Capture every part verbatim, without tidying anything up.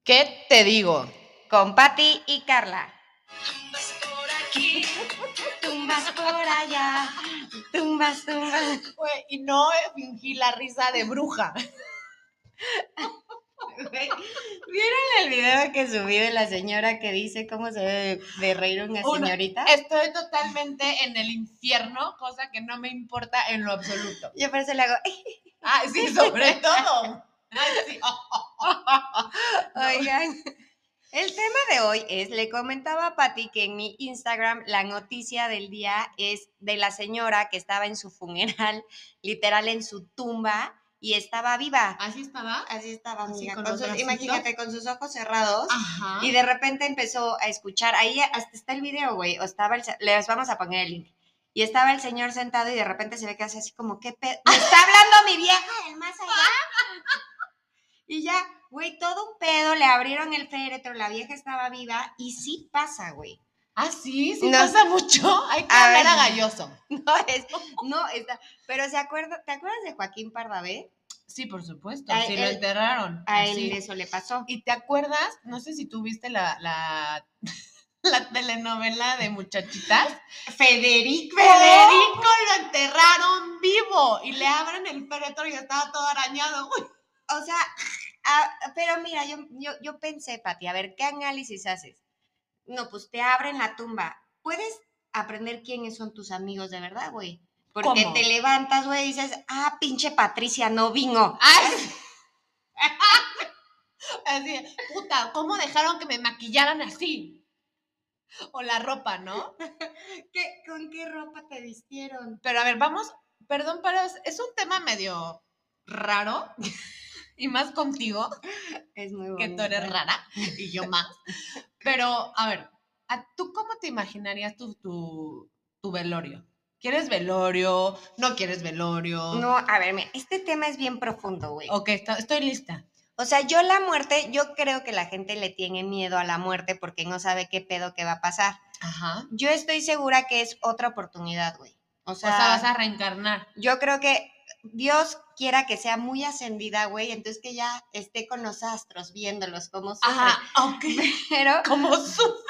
¿Qué te digo? Con Patti y Carla. Tumbas por aquí, Tumbas por allá, tumbas, tumbas. Güey, y no fingí la risa de bruja. ¿Vieron el video que subí de la señora que dice cómo se debe de reír una Una- señorita? Estoy totalmente en el infierno, cosa que no me importa en lo absoluto. Yo por eso le hago. Ah, sí, sobre todo. Ay, sí. Oigan, el tema de hoy es, le comentaba a Patti que en mi Instagram la noticia del día es de la señora que estaba en su funeral, literal en su tumba, y estaba viva. ¿Así estaba? Así estaba, Así amiga. con Con los sus- bracitos. imagínate, con sus ojos cerrados. Ajá. Y de repente empezó a escuchar, ahí hasta está el video, güey, o estaba el, se- les vamos a poner el link. Y estaba el señor sentado y de repente se ve que hace así como, ¿qué pedo? ¿Me está hablando mi vieja del más allá? Y ya, güey, todo un pedo, le abrieron el féretro, la vieja estaba viva y sí pasa, güey. Ah, sí, sí No. pasa mucho. Hay que A hablar ver. a galloso. No, es, no, está, pero se acuerda, ¿te acuerdas de Joaquín Pardavé? Sí, por supuesto. A sí, él- lo enterraron. A así. él eso le pasó. ¿Y te acuerdas? No sé si tú viste la, la, la telenovela de Muchachitas. Federico. Federico lo enterraron vivo y le abren el féretro y estaba todo arañado. Uy. O sea, a- pero mira, yo, yo, yo pensé, Pati, a ver, ¿qué análisis haces? No, pues te abren la tumba. Puedes aprender quiénes son tus amigos de verdad, güey. Porque ¿Cómo? te levantas, güey, y dices, ah, pinche Patricia no vino. Ay. Así, puta, ¿cómo dejaron que me maquillaran así? O la ropa, ¿no? ¿Qué, ¿Con qué ropa te vistieron? Pero a ver, vamos, perdón, pero es, es un tema medio raro. Y más contigo, Es muy bonito. que tú eres rara y yo más. Pero, a ver, ¿a ¿tú cómo te imaginarías tu, tu, tu velorio? ¿Quieres velorio? ¿No quieres velorio? No, a ver, mira, este tema es bien profundo, güey. Ok, está- estoy lista. O sea, yo la muerte, yo creo que la gente le tiene miedo a la muerte porque no sabe qué pedo que va a pasar. Ajá. Yo estoy segura que es otra oportunidad, güey. O O sea, sea, vas a reencarnar. yo creo que Dios quiera que sea muy ascendida, güey, entonces que ya esté con los astros viéndolos como sufre. Ajá, ok. Pero, Como sufre.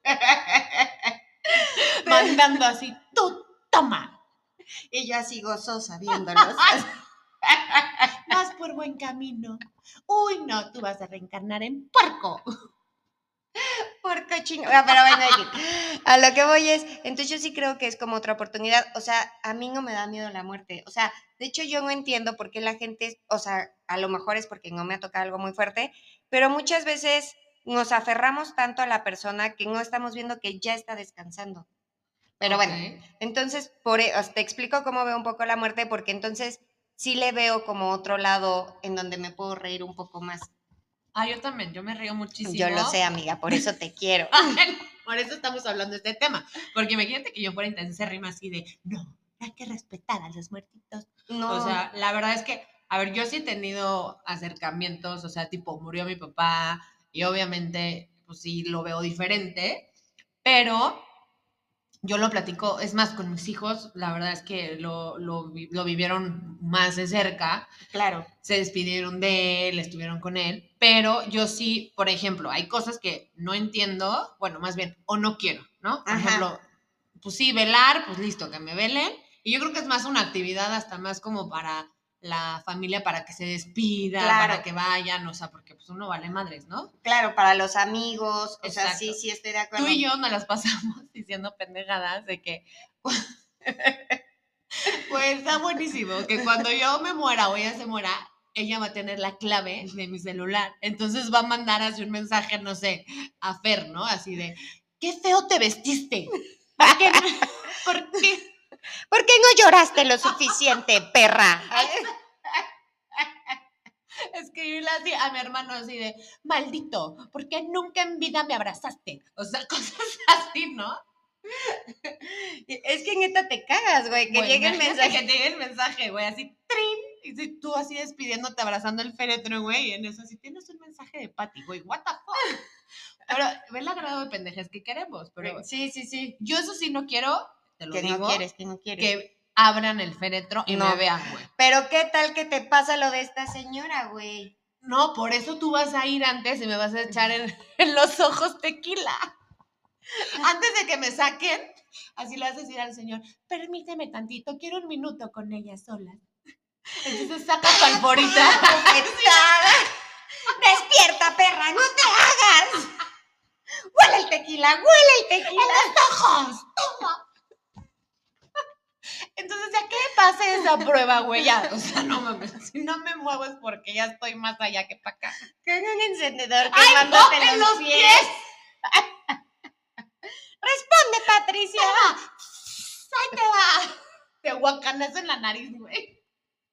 Mandando así, tú, toma. y yo así gozosa viéndolos. Vas por buen camino. Uy, no, tú vas a reencarnar en puerco. Por cochino. Ah, pero bueno, aquí. A lo que voy es, entonces yo sí creo que es como otra oportunidad. O sea, a mí no me da miedo la muerte. O sea, de hecho yo no entiendo por qué la gente, o sea, a lo mejor es porque no me ha tocado algo muy fuerte, pero muchas veces nos aferramos tanto a la persona que no estamos viendo que ya está descansando. Pero Ok. bueno, entonces por, e- os- te explico cómo veo un poco la muerte, porque entonces sí le veo como otro lado en donde me puedo reír un poco más. Ah, yo también, yo me río muchísimo. Yo lo sé, amiga, por eso te quiero. Por eso estamos hablando de este tema. Porque imagínate que yo fuera intensérrima así de, no, hay que respetar a los muertitos. No. O sea, la verdad es que, a ver, yo sí he tenido acercamientos, o sea, tipo, murió mi papá y obviamente, pues sí, lo veo diferente, pero yo lo platico, es más, con mis hijos, la verdad es que lo, lo, vi- lo vivieron más de cerca, Claro. se despidieron de él, estuvieron con él, pero yo sí, por ejemplo, hay cosas que no entiendo, bueno, más bien, o no quiero, ¿no? Por Ajá. ejemplo, pues sí, velar, pues listo, que me velen, y yo creo que es más una actividad hasta más como para la familia, para que se despida, Claro. para que vayan, o sea, porque pues uno vale madres, ¿no? Claro, para los amigos, o sea, Exacto. sí, sí estoy de acuerdo. Tú y yo nos las pasamos diciendo pendejadas de que, pues está buenísimo, que cuando yo me muera o ella se muera, ella va a tener la clave de mi celular. Entonces va a mandar así un mensaje, no sé, a Fer, ¿no? Así de, qué feo te vestiste. ¿Por qué? no- ¿Por qué? ¿Por qué no lloraste lo suficiente, perra? Escribirle así a mi hermano así de, maldito, ¿por qué nunca en vida me abrazaste? O sea, cosas así, ¿no? Es que neta te cagas, güey, que Güey, llegue el imagínate mensaje. que te llegue el mensaje, güey, así, ¡trin! Y si tú así despidiéndote, abrazando el féretro, güey, y en eso, si tienes un mensaje de Patty, güey, what the fuck. Pero ve el agrado de pendejes que queremos, pero Sí, sí, sí. yo eso sí no quiero, te lo Que digo, no quieres, que no quieres. que abran el féretro y No. me vean, güey. Pero ¿qué tal que te pasa lo de esta señora, güey? No, por eso tú vas a ir antes y me vas a echar en, en los ojos tequila. Antes de que me saquen, así le vas a decir al señor, permíteme tantito, quiero un minuto con ella sola. Entonces saca tu alforita. Bofetada. Despierta, perra, no te hagas. Huele el tequila, huele el tequila. ¡Ojos! ¡Toma! Entonces, ya que pase esa prueba, güey, ya, o sea, no mames, si no me muevo es porque ya estoy más allá que para acá. Con un encendedor ¡Ay, quemándote no, en los, los pies. pies! Responde, Patricia. ¡Ahí te va! Te guacanas en la nariz, güey.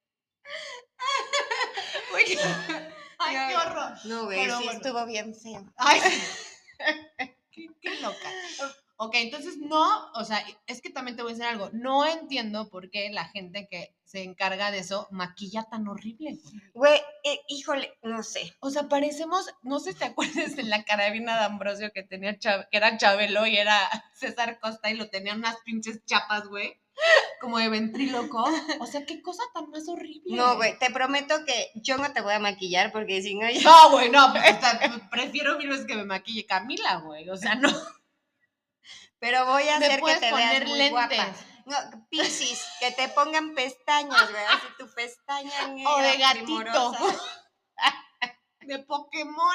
Güey, ay, qué horror. No, güey, Pero sí bueno. estuvo bien feo. Ay, qué, qué loca. Ok, entonces no, o sea, es que también te voy a decir algo. No entiendo por qué la gente que se encarga de eso maquilla tan horrible, güey. Güey, eh, híjole, no sé. O sea, parecemos, no sé si te acuerdas de la carabina de Ambrosio que tenía Chab- que era Chabelo y era César Costa y lo tenían unas pinches chapas, güey, como de ventríloco. O sea, qué cosa tan más horrible. No, güey, te prometo que yo no te voy a maquillar porque si no ya... No, güey, no, pues, o sea, prefiero mil veces que me maquille Camila, güey. O sea, no. Pero voy a Me hacer que puedes te poner veas muy lentes. guapa. No, Piscis, que te pongan pestañas, güey, así tu pestaña negra, O de gatito. primorosa. De Pokémon.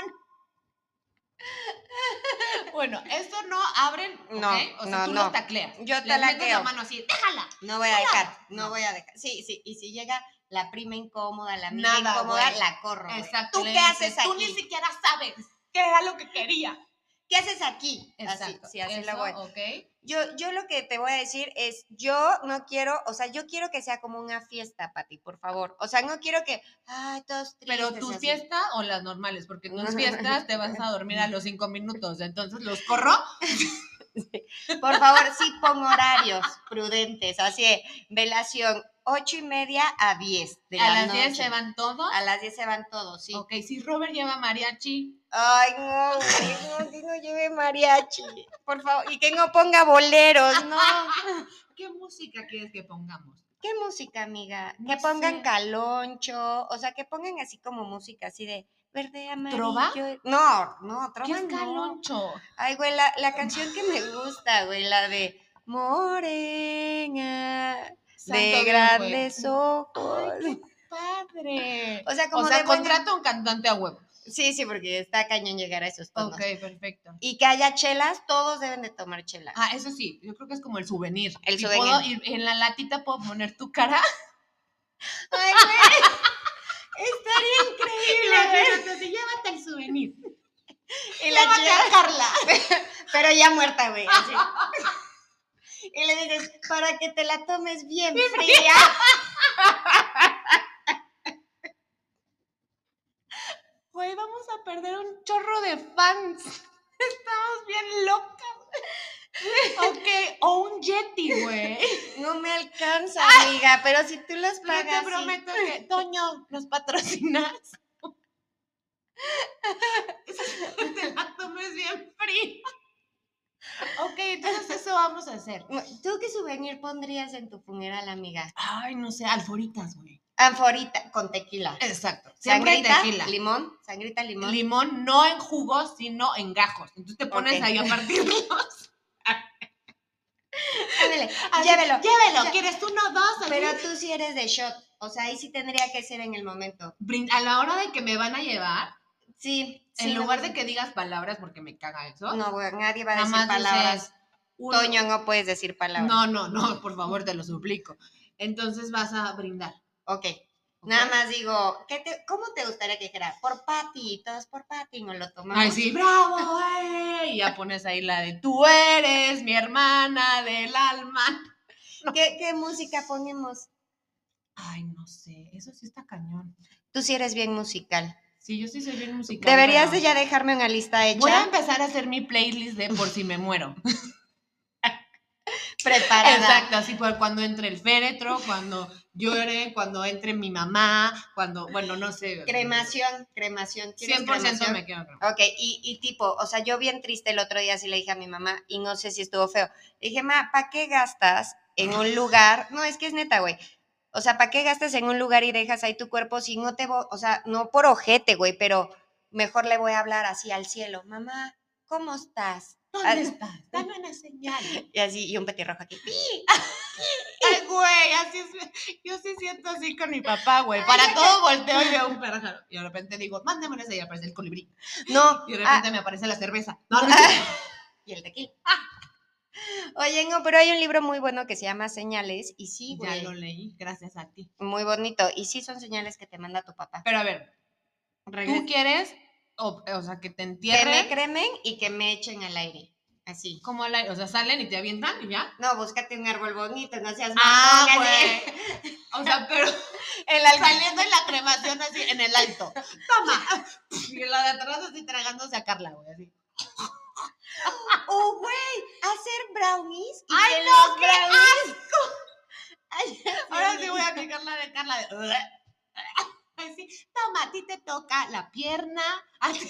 Bueno, eso no abren, ¿ok? No, O sea, no, tú no. los tacleas. Yo te Les la metes queo. la mano así, déjala. No voy a dejar, no, No. voy a dejar. Sí, sí, y si llega la prima incómoda, la amiga Nada, incómoda, güey. la corro, güey. Exacto. ¿Tú le qué dices, haces aquí? Tú ni siquiera sabes qué era lo que quería. ¿Qué haces aquí? Exacto. Así, sí, así Eso, la voy. ok. Yo, yo lo que te voy a decir es, yo no quiero, o sea, yo quiero que sea como una fiesta, Pati, por favor. O sea, no quiero que, ay, todos tristes. Pero tu así. fiesta o las normales, porque tus fiestas te vas a dormir a los cinco minutos, entonces los corro. Por favor, sí pon horarios prudentes, así de velación ocho y media a diez de A la las noche. diez se van todos. A las diez se van todos, sí. Ok, si Robert lleva mariachi. Ay, no, güey, no, que no lleve mariachi, por favor, y que no ponga boleros, no. ¿Qué música quieres que pongamos? ¿Qué música, amiga? No Que pongan sé. caloncho, o sea, que pongan así como música, así de verde, amarillo. ¿Trova? No, no, trova ¿Qué es no. caloncho? Ay, güey, la, la canción que me gusta, güey, la de Morena, Santo de Dios, grandes güey. ojos. Ay, qué padre. O sea, como o sea, de buena- contrata un cantante a huevo. Sí, sí, porque está cañón llegar a esos tonos. Ok, perfecto. Y que haya chelas, todos deben de tomar chela. Ah, eso sí, yo creo que es como el souvenir. El Y souvenir. puedo- y en la latita puedo poner tu cara. Ay, güey, estaría increíble, güey. Imagínate, así, llévate el souvenir. Y la Llévate chela, a Carla. pero ya muerta, güey, así. Y le dices, para que te la tomes bien fría. Güey, vamos a perder un chorro de fans. Estamos bien locas. Ok, o un Yeti, güey. No me alcanza, amiga, pero si tú los Pero pagas. te prometo que, Toño, ¿nos patrocinas? Te la tomes bien fría. Ok, entonces eso vamos a hacer. Sí. ¿Tú qué souvenir pondrías en tu funeral, amiga? Ay, no sé, alforitas, güey. Anforita con tequila. Exacto. Siempre Sangrita, tequila. limón, sangrita, limón. Limón no en jugos, sino en gajos. Entonces te pones Ok. ahí a partirlos. Ándale, Así, llévelo. Llévelo. Ya- ¿Quieres uno o dos? Así. Pero tú sí eres de shot. O sea, ahí sí tendría que ser en el momento. Brin- A la hora de que me van a llevar, Sí. sí, en no, lugar de que digas palabras, porque me caga eso, No, güey, nadie va a nada decir más palabras. dices, uno- Toño, no puedes decir palabras. No, no, no, por favor, te lo suplico. Entonces vas a brindar. Ok. ¿ok? Nada más digo, ¿qué te, ¿cómo te gustaría que dijera? Por Pati, todos por Pati, ¿no lo tomamos? Ay, sí, bravo, güey. Y ya pones ahí la de tú eres mi hermana del alma. ¿Qué, ¿Qué música ponemos? Ay, no sé, eso sí está cañón. Tú sí eres bien musical. Sí, yo sí soy bien musical. Deberías pero de ya dejarme una lista hecha. Voy a empezar a hacer mi playlist de por si me muero. preparada. Exacto, así por cuando entre el féretro, cuando llore, cuando entre mi mamá, cuando, bueno, no sé. Cremación, cremación. ¿Quieres cien por ciento cremación? me quedo cremada. Ok, y, y tipo, o sea, yo bien triste el otro día sí le dije a mi mamá y no sé si estuvo feo. Le dije, ma, ¿para qué gastas en un lugar? No, es que es neta, güey. O sea, ¿para qué gastas en un lugar y dejas ahí tu cuerpo si no te voy, o sea, no por ojete, güey, pero mejor le voy a hablar así al cielo, mamá, ¿cómo estás? ¿Dónde estás? Dame una señal. Y así, y un petirrojo aquí. Ay, güey, así es. Yo sí siento así con mi papá, güey. Para todo volteo y veo un pájaro. Y de repente digo, mándame una señal, aparece el colibrí. No. Y de repente ah, me aparece la cerveza. No, no es cierto. y el tequila. Oye, no, pero hay un libro muy bueno que se llama Señales y sí, Ya güey, lo leí, gracias a ti. muy bonito. Y sí son señales que te manda tu papá. Pero a ver, Regres- ¿tú quieres, o, o sea, que te que entierren? me cremen y que me echen al aire. Así. Como al aire, o sea, salen y te avientan y ya. No, búscate un árbol bonito, no seas Ah, mamón, así. güey. O sea, pero El alcohol. saliendo en la cremación así, en el alto. Toma. Y la de atrás así tragándose a Carla, güey, así. Oh, güey, hacer brownies. Y ¡Ay, que no, los qué brownies. Ay, Ahora sí voy a aplicar la de Carla de... Así, toma, a ti te toca la pierna. A ti...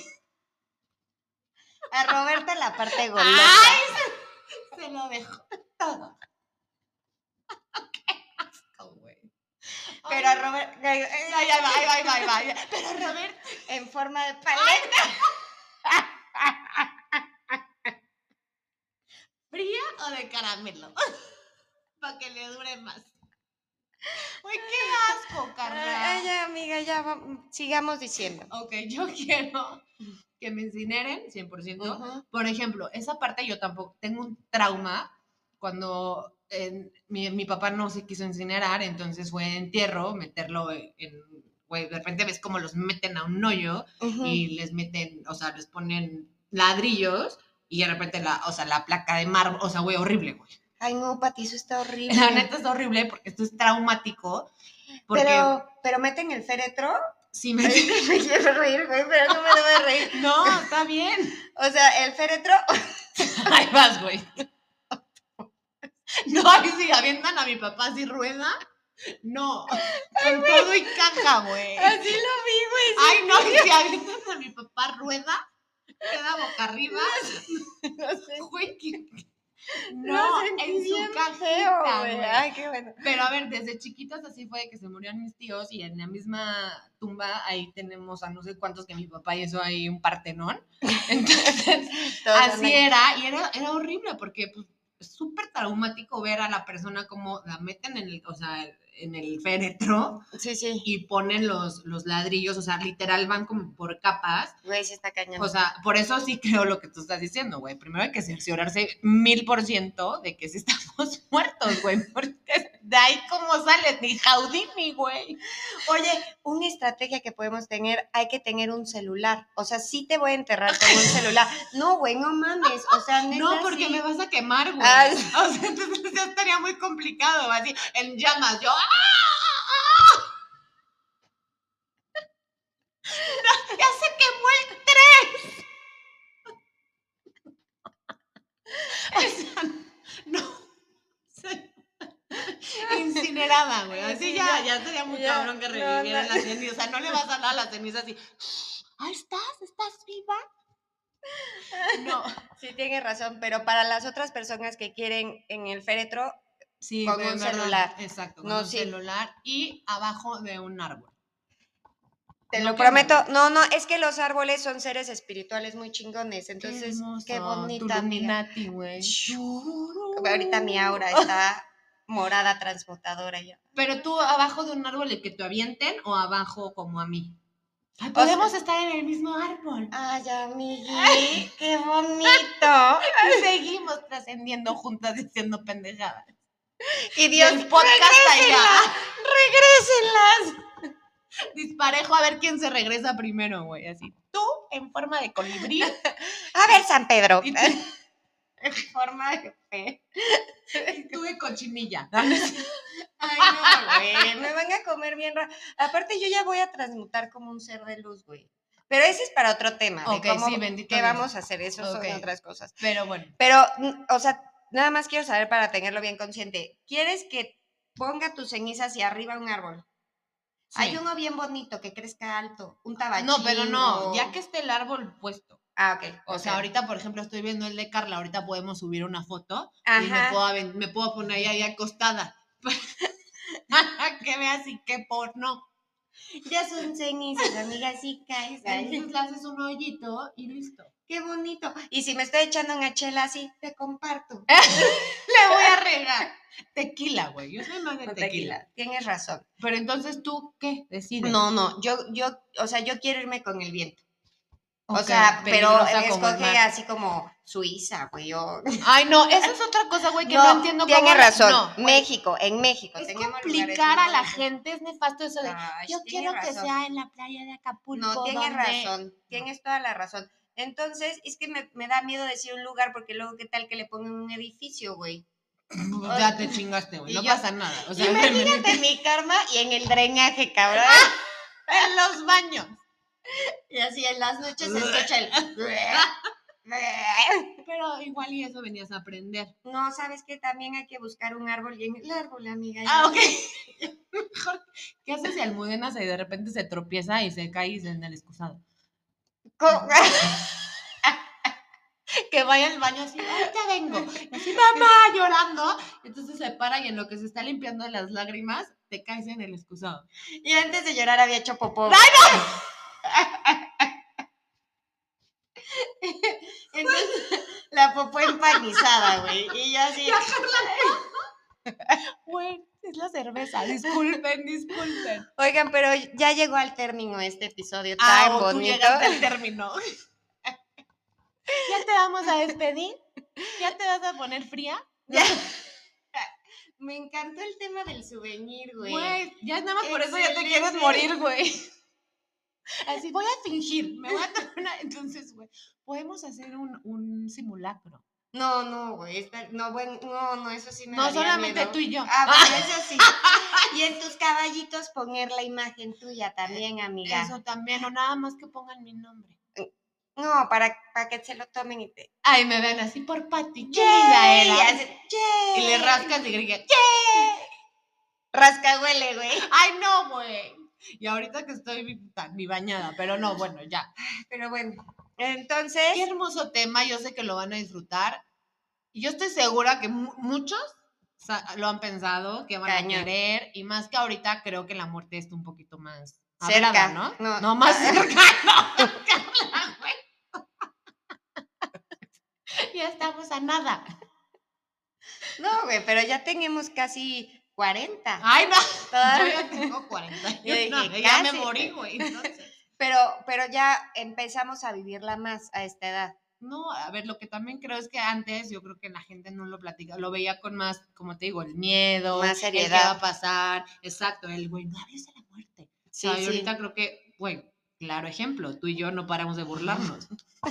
A Roberta la parte golosa. ¡Ay! Se, se lo dejo todo. ¡Qué asco, güey! Pero a Robert. Ay, ahí va, ahí va, ahí va, ahí va, ahí va. Pero Robert... En forma de paleta. ¿Fría o de caramelo? Para que le dure más. Uy, qué asco, Carla. Ay, ya, amiga, ya va- sigamos diciendo. Ok, yo quiero que me incineren cien por ciento. Ujú. Por ejemplo, esa parte yo tampoco, tengo un trauma cuando eh, mi, mi papá no se quiso incinerar, entonces fue entierro, meterlo en, güey, de repente ves cómo los meten a un hoyo Ujú. y les meten, o sea, les ponen ladrillos y de repente la, o sea, la placa de mármol, o sea, güey, horrible, güey. Ay, no, Pati, eso está horrible. La neta es horrible porque esto es traumático. Porque Pero, pero meten el féretro. si me... Ay, me quiero reír, güey, pero no me debo de reír. No, está bien. O sea, el féretro. Ahí vas, güey. No, ahí sí, avientan a mi papá así rueda. No, con todo y caja, güey. Así lo vi, güey. sí. Ay, no, y si avientan a mi papá rueda, queda boca arriba. No sé. Güey, que... Lo No, sentí en su bien cajita, feo, güey. güey. Ay, qué bueno. Pero a ver, desde chiquitos así fue que se murieron mis tíos y en la misma tumba ahí tenemos a no sé cuántos que mi papá hizo ahí un partenón. Entonces, Todos así andan- era, y era, era horrible porque pues, es súper traumático ver a la persona como la meten en el, o sea, en el féretro Sí, sí. y ponen los, los ladrillos, o sea, literal van como por capas. Güey, sí está cañón. O sea, por eso sí creo lo que tú estás diciendo, güey. Primero hay que cerciorarse mil por ciento de que sí estamos muertos, güey. Porque de ahí cómo sales, ni Houdini, güey. Oye, una estrategia que podemos tener, hay que tener un celular. O sea, sí te voy a enterrar con un celular. No, güey, no mames. O sea, neta, No, porque sí. me vas a quemar, güey. Ah, O sea, entonces ya estaría muy complicado, así, en llamas. Yo, ¡ah! No, ya se quemó el tren. Esa, no. Soy incinerada, güey. Así Sí, ya, ya, ya sería muy ya, cabrón que no, revivieran no. las cenizas. O sea, no le vas a hablar a las cenizas así. Ah, ¿estás? ¿Estás viva? No. Sí, tienes razón, pero para las otras personas que quieren en el féretro, Sí, Con en un verdad, celular. Exacto, con No, un sí. celular y abajo de un árbol. te No lo que prometo. me- No, no, es que los árboles son seres espirituales muy chingones. Entonces, hermoso, qué tu bonita, amiga. Illuminati, güey. Ahorita mi aura está morada transmutadora ya. Pero tú abajo de un árbol el que te avienten o abajo como a mí. Ay, podemos estar en el mismo árbol. Ay, amigui, qué bonito. Y seguimos trascendiendo juntas diciendo pendejadas. Y Y Dios, el podcast allá. regrésenlas. Disparejo a ver quién se regresa primero, güey. Así. Tú en forma de colibrí. A ver, San Pedro. Y tú, En forma de fe. y tú de cochinilla. Ay, no, güey, me van a comer bien raro. Aparte, yo ya voy a transmutar como un ser de luz, güey. Pero ese es para otro tema. de Ok, cómo- sí, bendito ¿Qué Dios. vamos a hacer? Eso Ok. son otras cosas. Pero bueno. Pero, mm, o sea, nada más quiero saber para tenerlo bien consciente. ¿Quieres que ponga tus cenizas hacia arriba un árbol? Sí. Hay uno bien bonito que crezca alto, un tabachín. No, pero no, o- ya que esté el árbol puesto. Ah, ok. O ok. sea, ahorita, por ejemplo, estoy viendo el de Carla, ahorita podemos subir una foto y me Ajá. puedo, aven- me puedo poner ahí, ahí acostada. que veas y qué porno. Ya son cenizas, amiga, sí caes ahí. Entonces le haces un hoyito y listo. Qué bonito. Y si me estoy echando una chela así, te comparto. Le voy a regar. Tequila, güey. Yo soy más de No, tequila. tequila. Tienes razón. Pero entonces tú, ¿qué? Decides. No, no, yo, yo, o sea, yo quiero irme con el viento. O Ok, sea, pero peligrosa como el escoge mar. así como Suiza, güey. O... Ay, no, esa es otra cosa, güey, que no, entiendo cómo. Tienes razón. No, güey, México, en México. es tenemos complicar lugares a la muy gente, es nefasto eso de. Ay, Yo tienes quiero que razón. sea en la playa de Acapulco. No, tienes donde... razón, tienes toda la razón. Entonces, es que me, me da miedo decir un lugar porque luego, ¿qué tal que le pongan un edificio, güey? Pues ya te chingaste, güey. Y No yo- pasa nada. O sea, Imagínate mi karma y en el drenaje, cabrón. en los baños. Y así en las noches se escucha el... Pero igual y eso venías a aprender. No, ¿sabes qué? También hay que buscar un árbol y en el árbol, amiga. ya. Ah, ok. Mejor. ¿Qué haces si Almudena se de repente se tropieza y se cae y se en el excusado? Co- Que vaya al baño así, ahorita vengo. Y así, mamá, llorando. Entonces se para y en lo que se está limpiando las lágrimas, te caes en el excusado. Y antes de llorar había hecho popó. ¡Ay, Entonces, la popó empanizada, güey. Y yo así... Güey, es la cerveza. Disculpen, disculpen. Oigan, pero ya llegó al término este episodio tan Ah, o tú bonito. llegaste al término. ¿Ya te vamos a despedir? ¿Ya te vas a poner fría? Ya. Me encantó el tema del souvenir, güey. Güey, ya nada más por eso ya te Excelente. quieres morir, güey. Así, voy a fingir, me voy a tomar una... Entonces, güey, podemos hacer un, un simulacro. No, no, güey. está- No, bueno, no, no, eso sí me No, daría solamente miedo. tú y yo. Ah, bueno, eso sí. Y en tus caballitos poner la imagen tuya también, amiga. Eso también, o nada más que pongan mi nombre. No, para, para que se lo tomen y te... Ay, me ven así por Pati. ¡Qué ¡Yay! linda Y era! hace, ¡yay! Y le rascas y gritas. Rascahuele, güey. ¡Ay, no, güey! Y ahorita que estoy tan mi bañada, pero no, bueno, ya. Pero bueno, entonces... Qué hermoso tema, yo sé que lo van a disfrutar. Y yo estoy segura que mu- muchos sa- lo han pensado, que van Cañón. a querer. Y más que ahorita, creo que la muerte está un poquito más Cerca, hablada, ¿no? no. No, más cerca, no. Carla, güey. Ya estamos a nada. No, güey, pero ya tenemos casi cuarenta. Ay, no. Todavía- Yo ya tengo cuarenta y Yo dije, uno, ya me casi. morí, güey. Entonces. Pero, pero ya empezamos a vivirla más a esta edad. No, a ver, lo que también creo es que antes yo creo que la gente no lo platica, lo veía con más, como te digo, el miedo, Más el seriedad. qué va a pasar, exacto, el güey, no hables de la muerte. Sí, O sea, y sí. ahorita creo que, güey, claro ejemplo, tú y yo no paramos de burlarnos.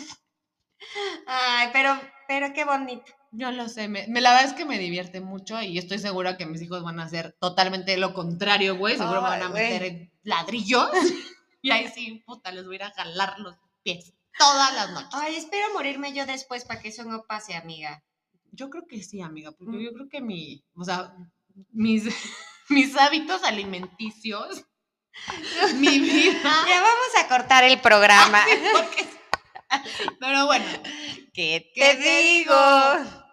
Ay, pero, pero qué bonito. Yo lo sé, me, me- la verdad es que me divierte mucho y estoy segura que mis hijos van a hacer totalmente lo contrario, güey, seguro me van a Ay, güey. meter en ladrillos y ahí sí, puta, les voy a ir a jalar los pies todas las noches. Ay, espero morirme yo después para que eso no pase, amiga. Yo creo que sí, amiga, porque Mm. yo creo que mi, o sea, mis, mis hábitos alimenticios, mi vida, Ya vamos a cortar el programa. porque- pero bueno, ¿Qué ¿qué te te digo?